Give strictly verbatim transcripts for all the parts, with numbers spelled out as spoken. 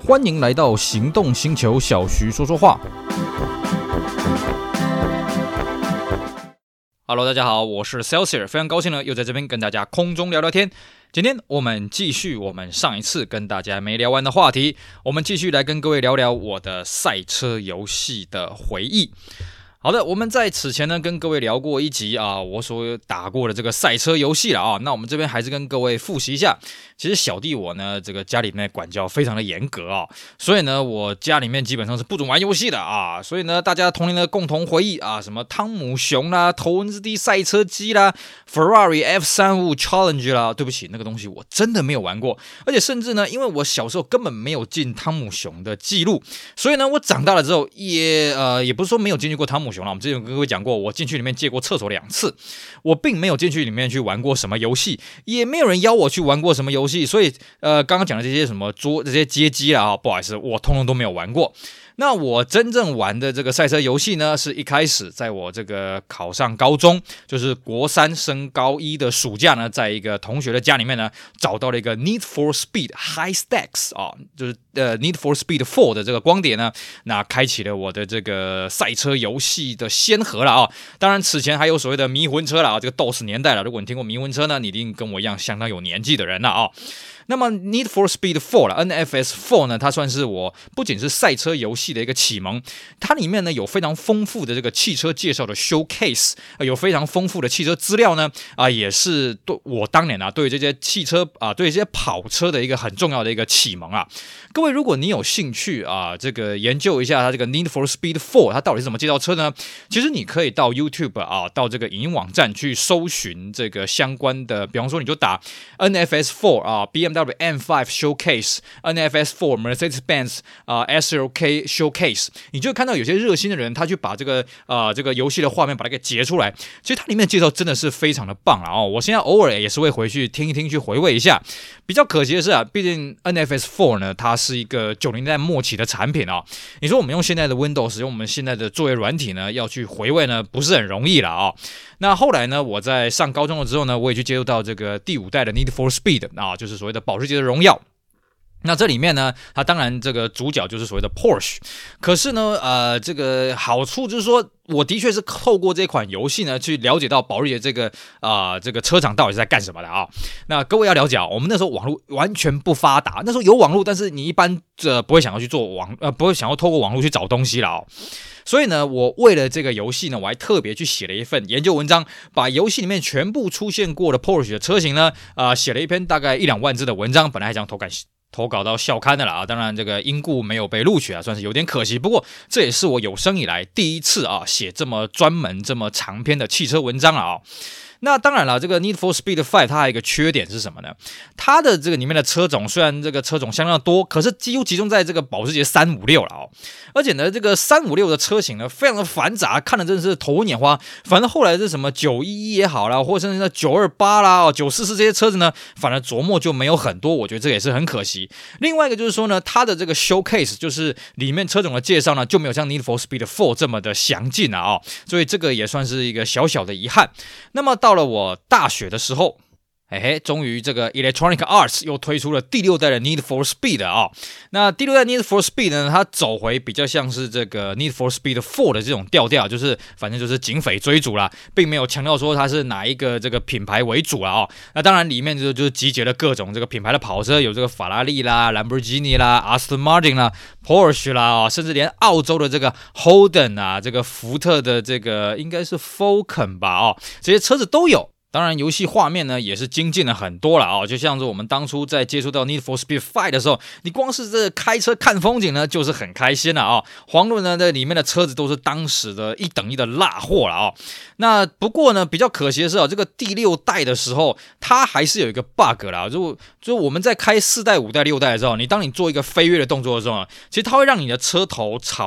欢迎来到行动星球，小徐说说话。Hello， 大家好，我是 Celsius， 非常高兴呢，又在这边跟大家空中聊聊天。今天我们继续我们上一次跟大家没聊完的话题，我们继续来跟各位聊聊我的赛车游戏的回忆。好的，我们在此前呢跟各位聊过一集啊，我所打过的这个赛车游戏了啊。那我们这边还是跟各位复习一下。其实小弟我呢，这个家里面管教非常的严格啊，所以呢，我家里面基本上是不准玩游戏的啊。所以呢，大家童年的共同回忆啊，什么汤姆熊啦、头文字 D 赛车机啦、Ferrari F 三十五 Challenge 啦，对不起，那个东西我真的没有玩过。而且甚至呢，因为我小时候根本没有进汤姆熊的记录，所以呢，我长大了之后也呃也不是说没有进去过汤姆熊了。我们之前跟各位讲过，我进去里面借过厕所两次，我并没有进去里面去玩过什么游戏，也没有人邀我去玩过什么游戏，所以呃，刚刚讲的这些什么桌这些街机啦啊，不好意思，我通通都没有玩过。那我真正玩的这个赛车游戏呢，是一开始在我这个考上高中，就是国三升高一的暑假呢，在一个同学的家里面呢，找到了一个 Need for Speed High Stacks 啊，就是呃 Need for Speed 四的这个光碟呢，那开启了我的这个赛车游戏的先河了啊。当然此前还有所谓的迷魂车了啊，这个 D O S 年代了，如果你听过迷魂车呢，你一定跟我一样相当有年纪的人了啊。那么 Need for Speed 四了 N F S 四呢，它算是我不仅是赛车游戏的一个启蒙，它里面呢有非常丰富的这个汽车介绍的 showcase，、呃、有非常丰富的汽车资料呢，啊、呃，也是对我当年啊对这些汽车啊、呃、对这些跑车的一个很重要的一个启蒙啊。各位，如果你有兴趣啊、呃，这个研究一下它这个 Need for Speed 四它到底是怎么介绍车呢？其实你可以到 YouTube 啊，到这个影音网站去搜寻这个相关的，比方说你就打 N F S 四啊 B M W M 五 Showcase N F S 四 Mercedes-Benz 啊、呃、S L K Showcase， 你就会看到有些热心的人他去把这个呃这个游戏的画面把它给截出来，其实它里面的介绍真的是非常的棒了哦。我现在偶尔也是会回去听一听，去回味一下。比较可惜的是啊，毕竟 N F S 四呢，它是一个九零年代末期的产品啊、哦。你说我们用现在的 Windows， 用我们现在的作业软体呢，要去回味呢，不是很容易了啊、哦。那后来呢，我在上高中了之后呢，我也去接触到这个第五代的 Need for Speed 啊，就是所谓的保时捷的荣耀。那这里面呢，它当然这个主角就是所谓的 Porsche， 可是呢，呃，这个好处就是说，我的确是透过这款游戏呢，去了解到保时捷这个啊、呃、这个车厂到底是在干什么的啊。那各位要了解啊，我们那时候网络完全不发达，那时候有网络，但是你一般呃不会想要去做网呃不会想要透过网络去找东西了哦。所以呢，我为了这个游戏呢，我还特别去写了一份研究文章，把游戏里面全部出现过的 Porsche 的车型呢，啊、呃，写了一篇大概一两万字的文章，本来还想投稿投稿到校刊的啦啊，当然这个因故没有被录取啊，算是有点可惜。不过这也是我有生以来第一次啊，写这么专门、这么长篇的汽车文章了啊。那当然了，这个 Need for Speed 五它还有一个缺点是什么呢？它的这个里面的车种虽然这个车种相当多，可是几乎集中在这个保时捷三五六了哦。而且呢，这个三五六的车型呢非常的繁杂，看的真的是头昏眼花。反正后来是什么九一一也好啦，或者甚至九二八啦、九四四这些车子呢，反而琢磨就没有很多，我觉得这也是很可惜。另外一个就是说呢，它的这个 showcase 就是里面车种的介绍呢，就没有像 Need for Speed 四这么的详尽啊、哦，所以这个也算是一个小小的遗憾。那么到了我大学的时候，嘿嘿，终于这个 Electronic Arts 又推出了第六代的 Need for Speed 啊、哦。那第六代 Need for Speed 呢，它走回比较像是这个 Need for Speed 四的这种调调，就是反正就是警匪追逐啦，并没有强调说它是哪一个这个品牌为主啦哦。那当然里面就就是集结了各种这个品牌的跑车，有这个法拉利啦、兰博基尼啦、Aston Martin 啦、Porsche 啦、哦，甚至连澳洲的这个 Holden 啊，这个福特的这个应该是 Falcon 吧哦，这些车子都有。当然，游戏画面呢也是精进了很多了哦，就像是我们当初在接触到 Need for Speed 五的时候，你光是这开车看风景呢，就是很开心了哦。黄论呢，这里面的车子都是当时的一等一的辣货了哦。那不过呢，比较可惜的是哦，这个第六代的时候，它还是有一个 bug 啦，就就我们在开四代、五代、六代的时候，你当你做一个飞跃的动作的时候，其实它会让你的车头朝上。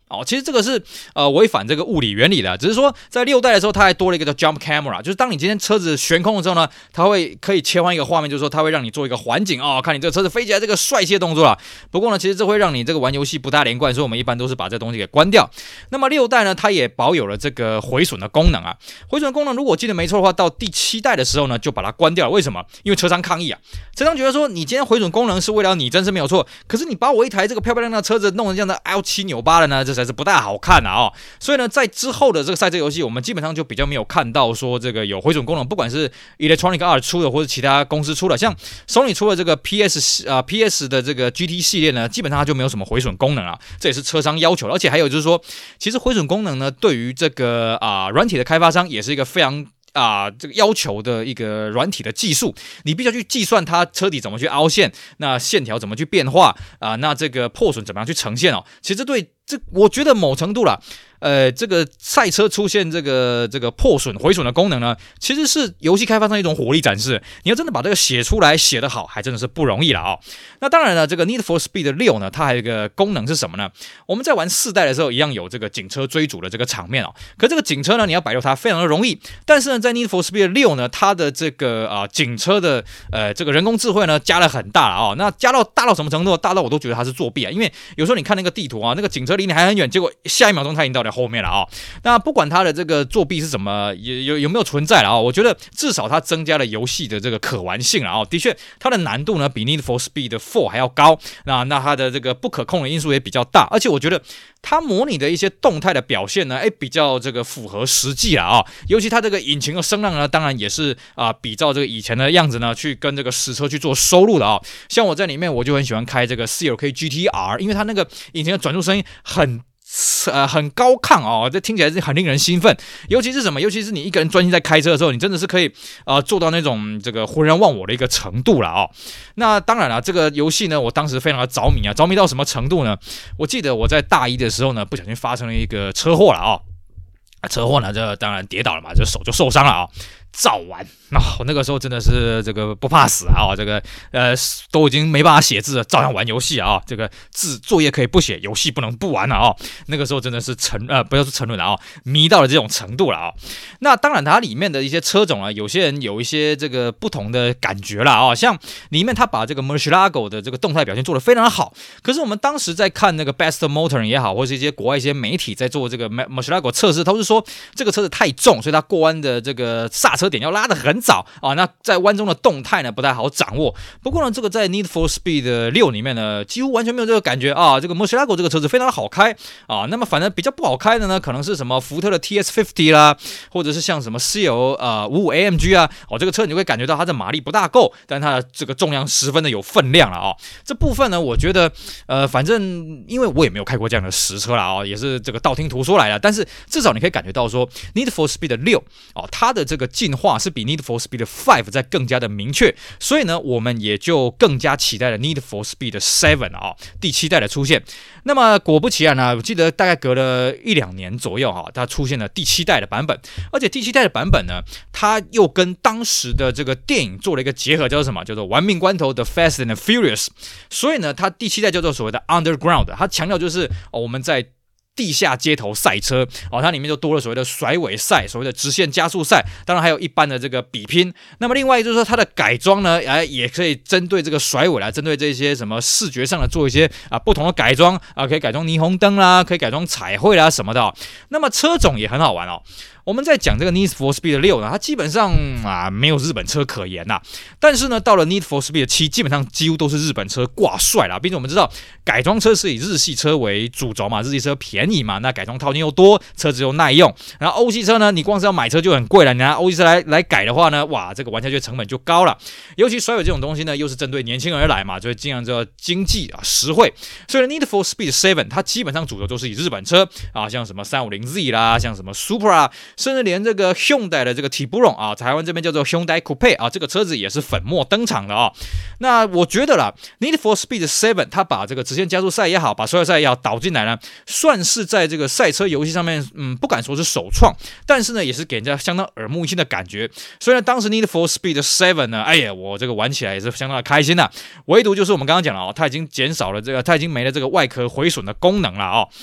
哦，其实这个是呃违反这个物理原理的，只是说在六代的时候，它还多了一个叫 Jump Camera， 就是当你今天车子悬空的时候呢，它会可以切换一个画面，就是说它会让你做一个环景哦，看你这个车子飞起来这个帅气的动作啦。不过呢，其实这会让你这个玩游戏不大连贯，所以我们一般都是把这东西给关掉。那么六代呢，它也保有了这个回损的功能啊。回损的功能，如果我记得没错的话，到第七代的时候呢，就把它关掉了。为什么？因为车商抗议啊，车商觉得说你今天回损功能是为了拟真是没有错，可是你把我一台这个漂漂亮亮的车子弄成这样的凹七扭八的呢，这才是不大好看啊、哦！所以呢，在之后的这个赛车游戏，我们基本上就比较没有看到说这个有回损功能，不管是 Electronic Arts 出的，或是其他公司出的，像 Sony 出的这个 P S 啊、呃、P S 的这个 G T 系列呢，基本上它就没有什么回损功能啊，这也是车商要求的。而且还有就是说，其实回损功能呢，对于这个啊软体的开发商也是一个非常。啊，这个要求的一个软体的技术，你必须要去计算它车底怎么去凹陷，那线条怎么去变化啊，那这个破损怎么样去呈现哦？其实对这，我觉得某程度啦。呃，这个赛车出现这个这个破损回损的功能呢，其实是游戏开发商一种火力展示。你要真的把这个写出来，写得好，还真的是不容易了啊、哦。那当然了，这个 Need for Speed 六呢，它还有一个功能是什么呢？我们在玩四代的时候，一样有这个警车追逐的这个场面哦。可这个警车呢，你要摆脱它非常的容易。但是呢，在 Need for Speed 六呢，它的这个啊、呃、警车的呃这个人工智慧呢，加了很大了哦。那加到大到什么程度？大到我都觉得它是作弊啊。因为有时候你看那个地图啊，那个警车离你还很远，结果下一秒钟它已经到你后面了啊、哦。那不管它的这个作弊是怎么有有有没有存在了啊、哦，我觉得至少它增加了游戏的这个可玩性了啊、哦。的确，它的难度呢比 Need for Speed 四还要高，那那它的这个不可控的因素也比较大，而且我觉得它模拟的一些动态的表现呢，哎，比较这个符合实际了啊、哦。尤其它这个引擎的声浪呢，当然也是啊、呃，比照这个以前的样子呢，去跟这个实车去做收录的啊、哦。像我在里面，我就很喜欢开这个 C L K G T R， 因为它那个引擎的转速声音很。呃，很高亢哦，这听起来是很令人兴奋。尤其是什么？尤其是你一个人专心在开车的时候，你真的是可以呃做到那种这个浑然忘我的一个程度了哦。那当然了，这个游戏呢，我当时非常的着迷啊，着迷到什么程度呢？我记得我在大一的时候呢，不小心发生了一个车祸了哦。啊，车祸呢，这当然跌倒了嘛，这手就受伤了啊、哦。照玩，那、哦、那个时候真的是这个不怕死啊！这个呃都已经没办法写字了，照样玩游戏啊！这个字作业可以不写，游戏不能不玩了啊！那个时候真的是沉呃不要说沉沦了啊，迷到了这种程度了啊！那当然它里面的一些车种啊，有些人有一些这个不同的感觉了啊，像里面他把这个 Murcielago 的这个动态表现做得非常好，可是我们当时在看那个 Best Motor 也好，或是一些国外一些媒体在做这个 Murcielago 测试，都是说这个车子太重，所以它过弯的这个刹车点要拉得很早啊，那在弯中的动态呢不太好掌握。不过呢，这个在 Need for Speed 六里面呢，几乎完全没有这个感觉啊。这个 Murcielago 这个车子非常的好开啊，那么反正比较不好开的呢，可能是什么福特的 T S 五十 啦，或者是像什么 C L 呃五五 A M G 啊，哦，这个车你会感觉到它的马力不大够，但它的这个重量十分的有分量了啊。这部分呢，我觉得呃，反正因为我也没有开过这样的实车啦啊，也是这个道听途说来的，但是至少你可以感觉到说 Need for Speed 六哦，它的这个进化是比 Need for Speed 五在更加的明确，所以呢，我们也就更加期待了 Need for Speed 七啊，第七代的出现。那么果不其然呢，我记得大概隔了一两年左右哈，它出现了第七代的版本，而且第七代的版本呢，它又跟当时的这个电影做了一个结合，叫做什么？叫做玩命关头的 Fast and Furious。所以呢，它第七代叫做所谓的 Underground， 它强调就是哦，我们在地下街头赛车哦，它里面就多了所谓的甩尾赛，所谓的直线加速赛，当然还有一般的这个比拼。那么另外就是说它的改装呢，哎，也可以针对这个甩尾来针对这些什么视觉上的做一些啊不同的改装啊，可以改装霓虹灯啦，可以改装彩绘啦什么的、哦。那么车种也很好玩哦。我们在讲这个 Need for Speed 六呢，它基本上啊没有日本车可言呐、啊。但是呢，到了 Need for Speed 七，基本上几乎都是日本车挂帅啦。毕竟我们知道改装车是以日系车为主轴嘛，日系车便宜嘛，那改装套件又多，车子又耐用。然后欧系车呢，你光是要买车就很贵了，你拿欧系车来来改的话呢，哇，这个玩下去成本就高了。尤其甩尾这种东西呢，又是针对年轻人而来嘛，所以尽量就要经济啊实惠。所以 Need for Speed 七，它基本上主轴都是以日本车啊，像什么三五零 Z 啦，像什么 Supra。甚至连这个 Hyundai 的这个 Tiburon 啊，台湾这边叫做 Hyundai Coupe 啊，这个车子也是粉墨登场的啊。那我觉得啦 ，Need for Speed 七，它把这个直线加速赛也好，把甩尾赛也好导进来呢，算是在这个赛车游戏上面，嗯，不敢说是首创，但是呢，也是给人家相当耳目一新的感觉。所以呢，当时 Need for Speed 七呢，哎呀，我这个玩起来也是相当的开心的。唯独就是我们刚刚讲了哦，它已经减少了这个，它已经没了这个外壳毁损的功能了哦。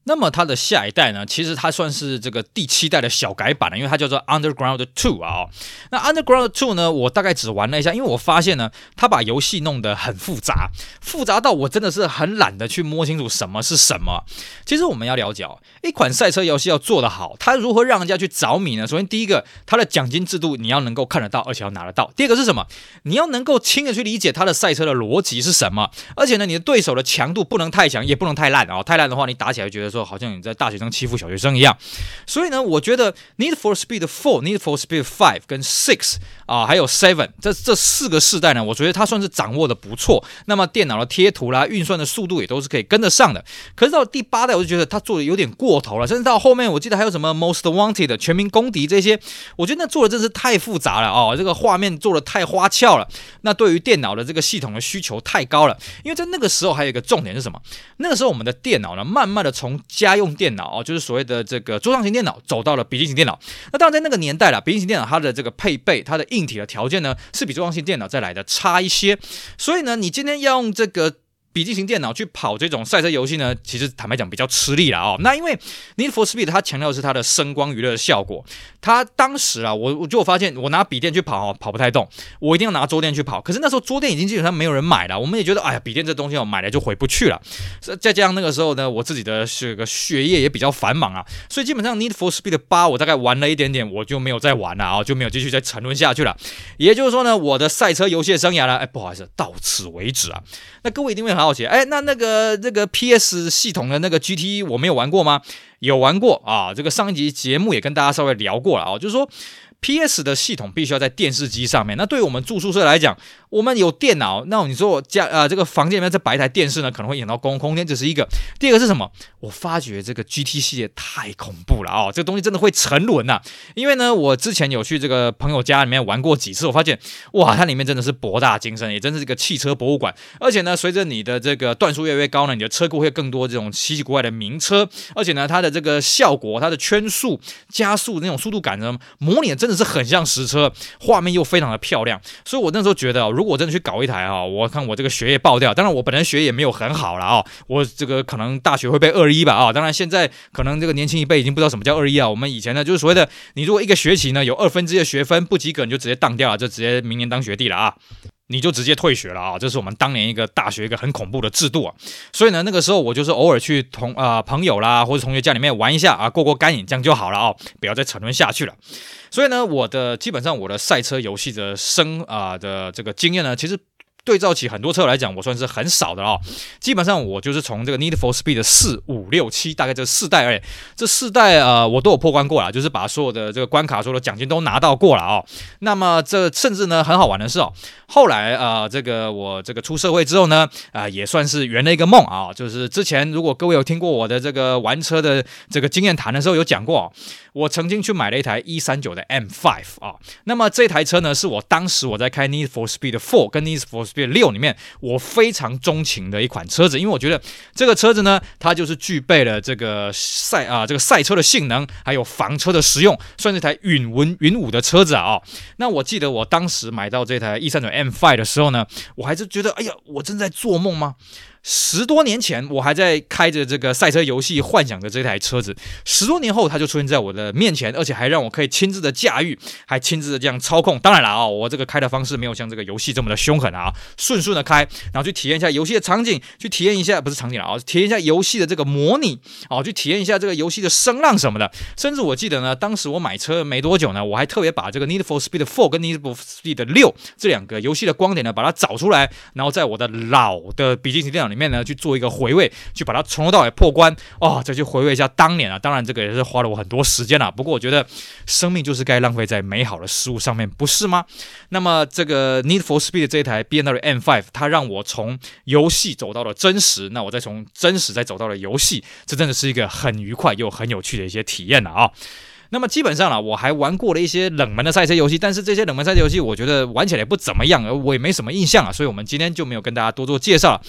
那么它的下一代呢，其实它算是这个第七代的小改版了，因为它叫做 Underground Two 啊、哦。那 Underground Two 呢，我大概只玩了一下，因为我发现呢，它把游戏弄得很复杂，复杂到我真的是很懒得去摸清楚什么是什么。其实我们要了解哦，一款赛车游戏要做得好，它如何让人家去着迷呢？首先第一个，它的奖金制度你要能够看得到，而且要拿得到。第二个是什么？你要能够轻易去理解它的赛车的逻辑是什么，而且呢，你的对手的强度不能太强，也不能太烂哦。太烂的话，你打起来觉得说好像你在大学生欺负小学生一样。所以呢，我觉得 Need for Speed Four、Need for Speed Five 跟 Six 啊，还有 Seven 这这四个世代呢，我觉得它算是掌握的不错。那么电脑的贴图啦、运算的速度也都是可以跟得上的。可是到第八代，我就觉得它做的有点过头了，甚至到后面，我记得还有什么 Most Wanted、全民公敌这些，我觉得那做的真是太复杂了哦，这个画面做的太花俏了。那对于电脑的这个系统的需求太高了，因为在那个时候还有一个重点是什么？那个时候我们的电脑呢，慢慢的从家用电脑哦，就是所谓的这个桌上型电脑，走到了笔记型电脑。那当然在那个年代啦，笔记型电脑它的这个配备、它的硬体的条件呢，是比桌上型电脑再来的差一些。所以呢，你今天要用这个笔记型电脑去跑这种赛车游戏呢，其实坦白讲比较吃力啦哦。那因为 Need for Speed 它强调的是它的声光娱乐的效果，它当时啊，我我就我发现我拿笔电去跑哦，跑不太动，我一定要拿桌垫去跑。可是那时候桌垫已经基本上没有人买了，我们也觉得哎呀，笔电这东西哦，买来就回不去了。再加上那个时候呢，我自己的这个学业也比较繁忙啊，所以基本上 Need for Speed 八我大概玩了一点点，我就没有再玩了啊，就没有继续再沉沦下去了。也就是说呢，我的赛车游戏的生涯呢，哎，不好意思，到此为止啊。那各位一定会很好奇，哎，那那个那个 P S 系统的那个 G T 我没有玩过吗？有玩过啊，这个上一集节目也跟大家稍微聊过了啊，就是说 P S 的系统必须要在电视机上面。那对于我们住宿舍来讲，我们有电脑，那你说我家呃这个房间里面再摆一台电视呢，可能会影响到公共空间，这是一个。第二个是什么？我发觉这个 G T 系列太恐怖了啊、哦，这个东西真的会沉沦呐、啊。因为呢，我之前有去这个朋友家里面玩过几次，我发现哇，它里面真的是博大精深，也真是一个汽车博物馆。而且呢，随着你的这个段数越来越高呢，你的车库会更多这种稀奇古怪的名车，而且呢，它的这个效果、它的圈速、加速那种速度感呢，模拟的真的是很像实车，画面又非常的漂亮。所以我那时候觉得、哦，如果我真的去搞一台啊，我看我这个学业爆掉。当然，我本来学业也没有很好了啊、哦，我这个可能大学会被二一吧啊、哦。当然，现在可能这个年轻一辈已经不知道什么叫二一啊。我们以前呢，就是所谓的，你如果一个学期呢有二分之一的学分不及格，你就直接当掉了，就直接明年当学弟了啊。你就直接退学了啊！这是我们当年一个大学一个很恐怖的制度啊。所以呢，那个时候我就是偶尔去同啊、呃、朋友啦或者同学家里面玩一下啊，过过干瘾，这样就好了哦，不要再沉沦下去了。所以呢，我的基本上我的赛车游戏的生啊、呃、的这个经验呢，其实对照起很多车来讲，我算是很少的哦。基本上我就是从这个 Need for Speed 的四、五、六、七，大概这四代而已。这四代呃，我都有破关过啦，就是把所有的这个关卡、所有的奖金都拿到过了哦。那么这甚至呢，很好玩的是哦，后来啊、呃，这个我这个出社会之后呢，啊、呃，也算是圆了一个梦啊。就是之前如果各位有听过我的这个玩车的这个经验谈的时候，有讲过哦，我曾经去买了一台一三九的 M 五 啊。那么这台车呢，是我当时我在开 Need for Speed Four 跟 Need for Speed 六里面我非常钟情的一款车子，因为我觉得这个车子呢，它就是具备了这个赛啊这个赛车的性能，还有房车的实用，算是一台允文允武的车子啊、哦。那我记得我当时买到这台一三九 M 五 的时候呢，我还是觉得，哎呀，我正在做梦吗？十多年前，我还在开着这个赛车游戏，幻想着这台车子。十多年后，它就出现在我的面前，而且还让我可以亲自的驾驭，还亲自的这样操控。当然了啊、哦，我这个开的方式没有像这个游戏这么的凶狠啊，顺顺的开，然后去体验一下游戏的场景，去体验一下不是场景啊，体验一下游戏的这个模拟啊，去体验一下这个游戏的声浪什么的。甚至我记得呢，当时我买车没多久呢，我还特别把这个 Need for Speed Four 跟 Need for Speed 六这两个游戏的光点呢，把它找出来，然后在我的老的笔记型电脑里面呢，去做一个回味，去把它从头到尾破关哦，再去回味一下当年啊。当然，这个也是花了我很多时间啦。不过我觉得生命就是该浪费在美好的事物上面，不是吗？那么这个 Need for Speed 这一台 B M W M 五， 它让我从游戏走到了真实，那我再从真实再走到了游戏，这真的是一个很愉快又很有趣的一些体验了啊。那么基本上啦，我还玩过了一些冷门的赛车游戏，但是这些冷门赛车游戏我觉得玩起来不怎么样，我也没什么印象啊，所以我们今天就没有跟大家多做介绍了。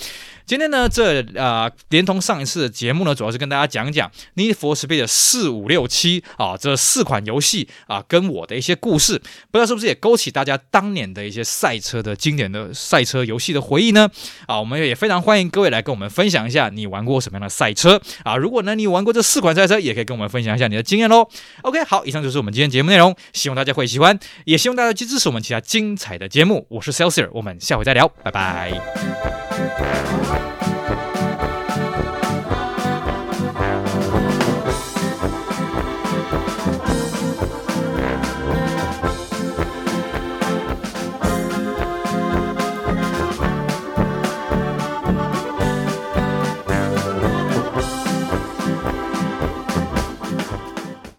今天呢，这呃连同上一次的节目呢，主要是跟大家讲讲 Need for Speed 的四五六七啊这四款游戏啊跟我的一些故事，不知道是不是也勾起大家当年的一些赛车的经典的赛车游戏的回忆呢？啊，我们也非常欢迎各位来跟我们分享一下你玩过什么样的赛车啊！如果呢你玩过这四款赛车，也可以跟我们分享一下你的经验咯。OK， 好，以上就是我们今天节目内容，希望大家会喜欢，也希望大家去支持我们其他精彩的节目。我是 Celsius， 我们下回再聊，拜拜。